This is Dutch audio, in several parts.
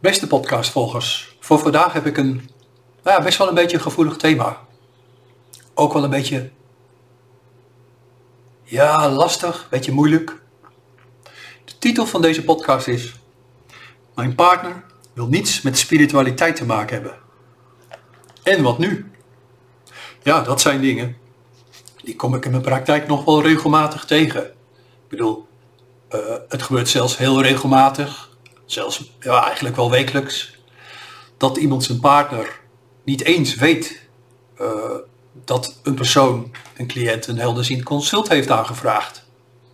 Beste podcastvolgers, voor vandaag heb ik een best wel een beetje een gevoelig thema. Ook wel een beetje, lastig, een beetje moeilijk. De titel van deze podcast is: Mijn partner wil niets met spiritualiteit te maken hebben. En wat nu? Ja, dat zijn dingen, die kom ik in mijn praktijk nog wel regelmatig tegen. Ik bedoel, het gebeurt zelfs heel regelmatig, zelfs eigenlijk wel wekelijks, dat iemand zijn partner niet eens weet dat een persoon, een cliënt, een helderziend consult heeft aangevraagd.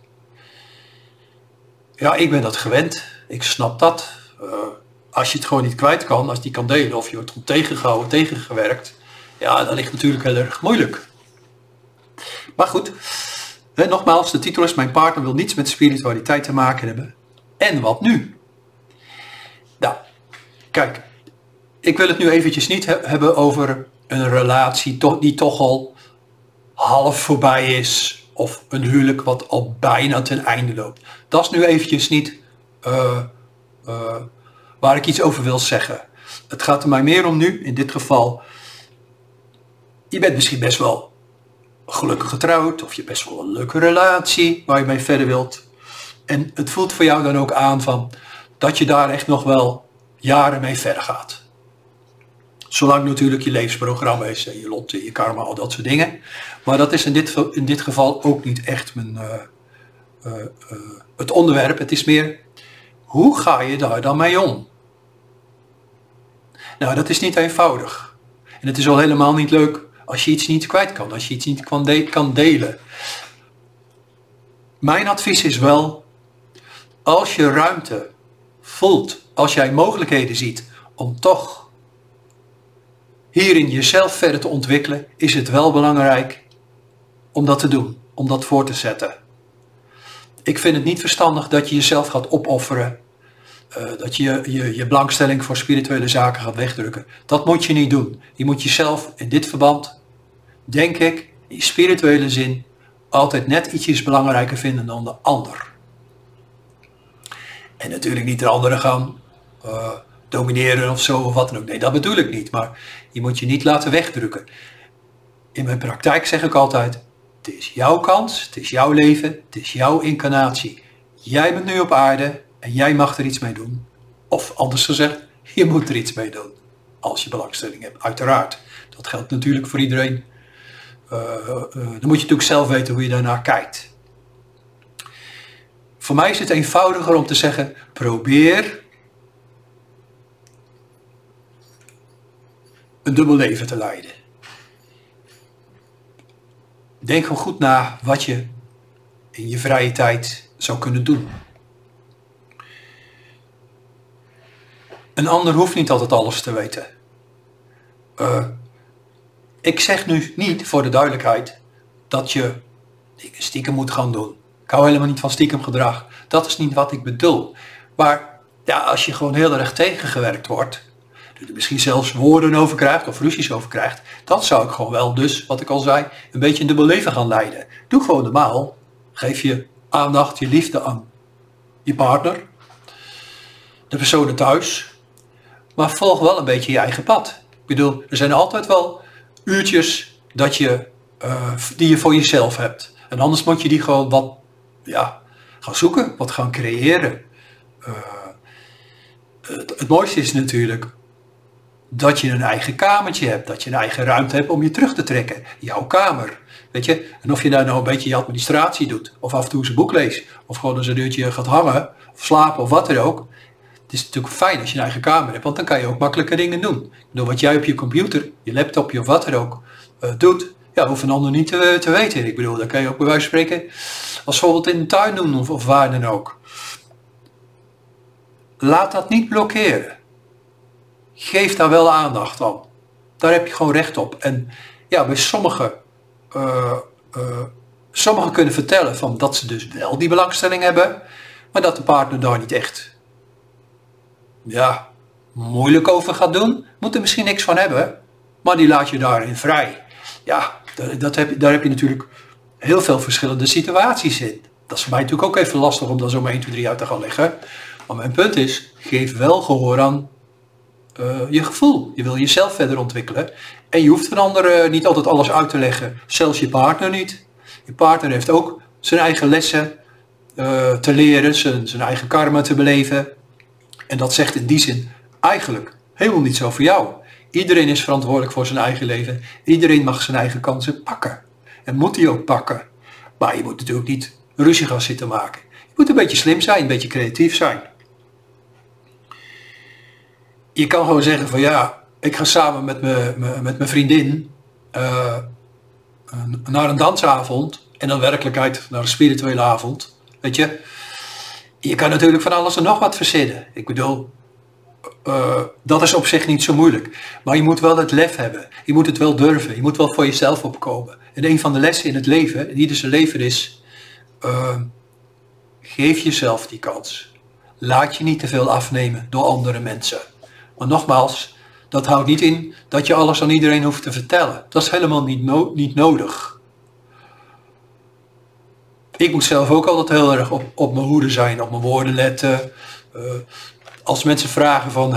Ja, ik ben dat gewend. Ik snap dat. Als je het gewoon niet kwijt kan, als je die kan delen of je wordt tegengehouden, tegengewerkt, ja, dat ligt natuurlijk heel erg moeilijk. Maar goed, nogmaals, de titel is: Mijn partner wil niets met spiritualiteit te maken hebben. En wat nu? Nou, kijk, ik wil het nu eventjes niet hebben over een relatie die toch al half voorbij is, of een huwelijk wat al bijna ten einde loopt. Dat is nu eventjes niet waar ik iets over wil zeggen. Het gaat er mij meer om nu, in dit geval, je bent misschien best wel gelukkig getrouwd, of je hebt best wel een leuke relatie waar je mee verder wilt. En het voelt voor jou dan ook aan van dat je daar echt nog wel jaren mee verder gaat. Zolang natuurlijk je levensprogramma is, je lot, je karma, al dat soort dingen. Maar dat is in dit geval ook niet echt het onderwerp. Het is meer, hoe ga je daar dan mee om? Nou, dat is niet eenvoudig. En het is al helemaal niet leuk als je iets niet kwijt kan, als je iets niet kan delen. Mijn advies is wel, als je ruimte voelt, als jij mogelijkheden ziet om toch hierin jezelf verder te ontwikkelen, is het wel belangrijk om dat te doen, om dat voor te zetten. Ik vind het niet verstandig dat je jezelf gaat opofferen, dat je belangstelling voor spirituele zaken gaat wegdrukken. Dat moet je niet doen. Je moet jezelf in dit verband, denk ik, in spirituele zin, altijd net ietsjes belangrijker vinden dan de ander. En natuurlijk niet de anderen gaan domineren of zo of wat dan ook. Nee, dat bedoel ik niet. Maar je moet je niet laten wegdrukken. In mijn praktijk zeg ik altijd: het is jouw kans, het is jouw leven, het is jouw incarnatie. Jij bent nu op aarde en jij mag er iets mee doen. Of anders gezegd, je moet er iets mee doen. Als je belangstelling hebt, uiteraard. Dat geldt natuurlijk voor iedereen. Dan moet je natuurlijk zelf weten hoe je daarnaar kijkt. Voor mij is het eenvoudiger om te zeggen: probeer een dubbel leven te leiden. Denk gewoon goed na wat je in je vrije tijd zou kunnen doen. Een ander hoeft niet altijd alles te weten. Ik zeg nu niet, voor de duidelijkheid, dat je dingen stiekem moet gaan doen. Ik hou helemaal niet van stiekem gedrag. Dat is niet wat ik bedoel. Maar ja, als je gewoon heel erg tegengewerkt wordt, dat je misschien zelfs woorden over krijgt of ruzies over krijgt, dan zou ik gewoon wel, dus wat ik al zei, een beetje een dubbel leven gaan leiden. Doe gewoon normaal. Geef je aandacht, je liefde aan je partner, de personen thuis, maar volg wel een beetje je eigen pad. Ik bedoel, er zijn altijd wel uurtjes die je voor jezelf hebt. En anders moet je die gewoon wat gaan zoeken, wat gaan creëren. Het mooiste is natuurlijk dat je een eigen kamertje hebt, dat je een eigen ruimte hebt om je terug te trekken. Jouw kamer, weet je. En of je daar nou een beetje je administratie doet, of af en toe eens een boek leest, of gewoon eens een uurtje gaat hangen, of slapen, of wat dan ook. Het is natuurlijk fijn als je een eigen kamer hebt, want dan kan je ook makkelijke dingen doen. Ik bedoel, wat jij op je computer, je laptopje of wat dan ook doet, hoeft een ander niet te weten. Ik bedoel, dat kan je ook bij wijze van spreken als voorbeeld in de tuin doen of waar dan ook. Laat dat niet blokkeren. Geef daar wel aandacht aan. Daar heb je gewoon recht op. En ja, bij sommigen kunnen vertellen van dat ze dus wel die belangstelling hebben, maar dat de partner daar niet echt moeilijk over gaat doen. Moet er misschien niks van hebben, maar die laat je daarin vrij. Ja, daar heb je natuurlijk heel veel verschillende situaties in. Dat is voor mij natuurlijk ook even lastig om daar zo maar 1, 2, 3 uit te gaan leggen. Maar mijn punt is, geef wel gehoor aan je gevoel. Je wil jezelf verder ontwikkelen. En je hoeft van anderen niet altijd alles uit te leggen. Zelfs je partner niet. Je partner heeft ook zijn eigen lessen te leren. Zijn eigen karma te beleven. En dat zegt in die zin eigenlijk helemaal niets over jou. Iedereen is verantwoordelijk voor zijn eigen leven. Iedereen mag zijn eigen kansen pakken. En moet die ook pakken. Maar je moet natuurlijk niet ruzie gaan zitten maken. Je moet een beetje slim zijn, een beetje creatief zijn. Je kan gewoon zeggen van ja, ik ga samen met mijn vriendin naar een dansavond. En dan werkelijkheid naar een spirituele avond. Weet je. Je kan natuurlijk van alles en nog wat verzinnen. Ik bedoel, dat is op zich niet zo moeilijk. Maar je moet wel het lef hebben. Je moet het wel durven. Je moet wel voor jezelf opkomen. En een van de lessen in het leven, in ieders leven is, geef jezelf die kans. Laat je niet te veel afnemen door andere mensen. Maar nogmaals, dat houdt niet in dat je alles aan iedereen hoeft te vertellen. Dat is helemaal niet nodig. Ik moet zelf ook altijd heel erg op mijn hoede zijn, op mijn woorden letten. Als mensen vragen van,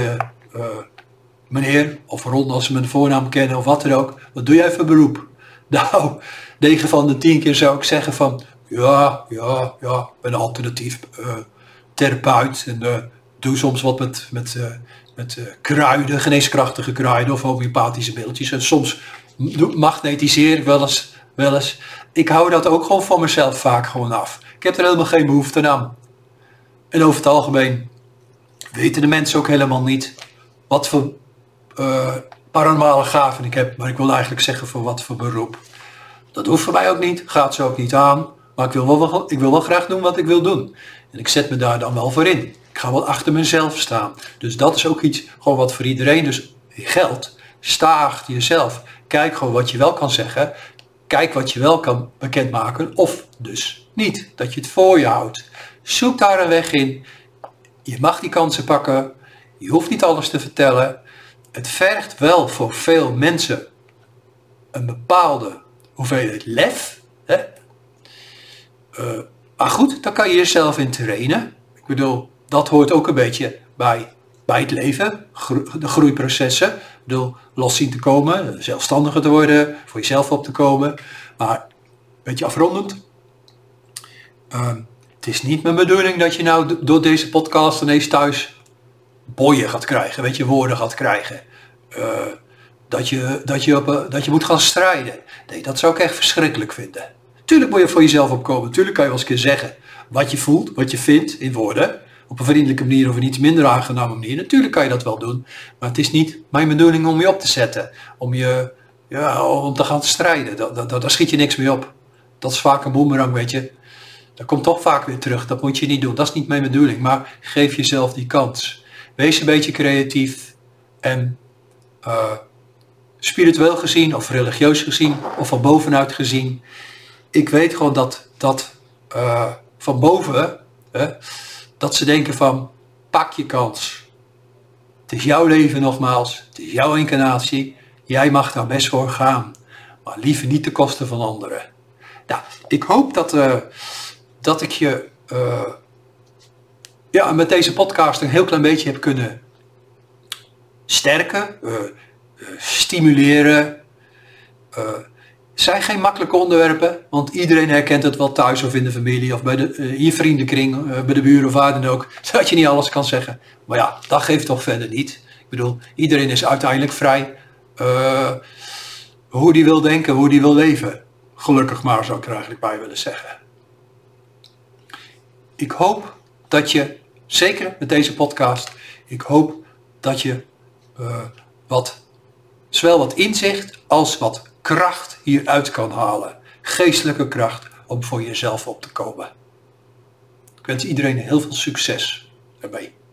meneer, of Ron als ze mijn voornaam kennen of wat dan ook, wat doe jij voor beroep? Nou, 9 van de 10 keer zou ik zeggen van, ja, ik ben een alternatief therapeut en doe soms wat met kruiden, geneeskrachtige kruiden of homeopathische middeltjes. En soms magnetiseer ik wel eens. Ik hou dat ook gewoon van mezelf vaak gewoon af. Ik heb er helemaal geen behoefte aan. En over het algemeen weten de mensen ook helemaal niet wat voor paranormale gaven ik heb. Maar ik wil eigenlijk zeggen voor wat voor beroep. Dat hoeft voor mij ook niet, gaat ze ook niet aan. Maar ik wil wel graag doen wat ik wil doen. En ik zet me daar dan wel voor in. Ik ga wel achter mezelf staan. Dus dat is ook iets gewoon wat voor iedereen dus geldt. Sta achter jezelf. Kijk gewoon wat je wel kan zeggen. Kijk wat je wel kan bekendmaken of dus niet. Dat je het voor je houdt. Zoek daar een weg in. Je mag die kansen pakken. Je hoeft niet alles te vertellen. Het vergt wel voor veel mensen een bepaalde hoeveelheid lef. Hè? Maar goed, daar kan je jezelf in trainen. Ik bedoel, dat hoort ook een beetje bij het leven. De groeiprocessen. Ik bedoel, los zien te komen, zelfstandiger te worden, voor jezelf op te komen. Maar, een beetje afrondend. Het is niet mijn bedoeling dat je nou door deze podcast ineens thuis boeien gaat krijgen. Weet je, woorden gaat krijgen. Dat je moet gaan strijden. Nee, dat zou ik echt verschrikkelijk vinden. Tuurlijk moet je voor jezelf opkomen. Tuurlijk kan je wel eens een keer zeggen wat je voelt, wat je vindt in woorden. Op een vriendelijke manier of een iets minder aangename manier. Natuurlijk kan je dat wel doen. Maar het is niet mijn bedoeling om je op te zetten. Om te gaan strijden. Daar schiet je niks mee op. Dat is vaak een boemerang, weet je. Dat komt toch vaak weer terug. Dat moet je niet doen. Dat is niet mijn bedoeling. Maar geef jezelf die kans. Wees een beetje creatief. En spiritueel gezien of religieus gezien of van bovenuit gezien. Ik weet gewoon dat van boven, dat ze denken van pak je kans. Het is jouw leven nogmaals, het is jouw incarnatie. Jij mag daar best voor gaan. Maar liever niet ten koste van anderen. Nou, ik hoop dat ik je met deze podcast een heel klein beetje heb kunnen sterken, stimuleren. Het zijn geen makkelijke onderwerpen, want iedereen herkent het wel thuis of in de familie of bij je vriendenkring, bij de buren of waar dan ook, dat je niet alles kan zeggen. Maar ja, dat geeft toch verder niet. Ik bedoel, iedereen is uiteindelijk vrij hoe die wil denken, hoe die wil leven. Gelukkig maar, zou ik er eigenlijk bij willen zeggen. Ik hoop dat je, zeker met deze podcast, ik hoop dat je zowel wat inzicht als wat kracht hieruit kan halen. Geestelijke kracht om voor jezelf op te komen. Ik wens iedereen heel veel succes daarbij.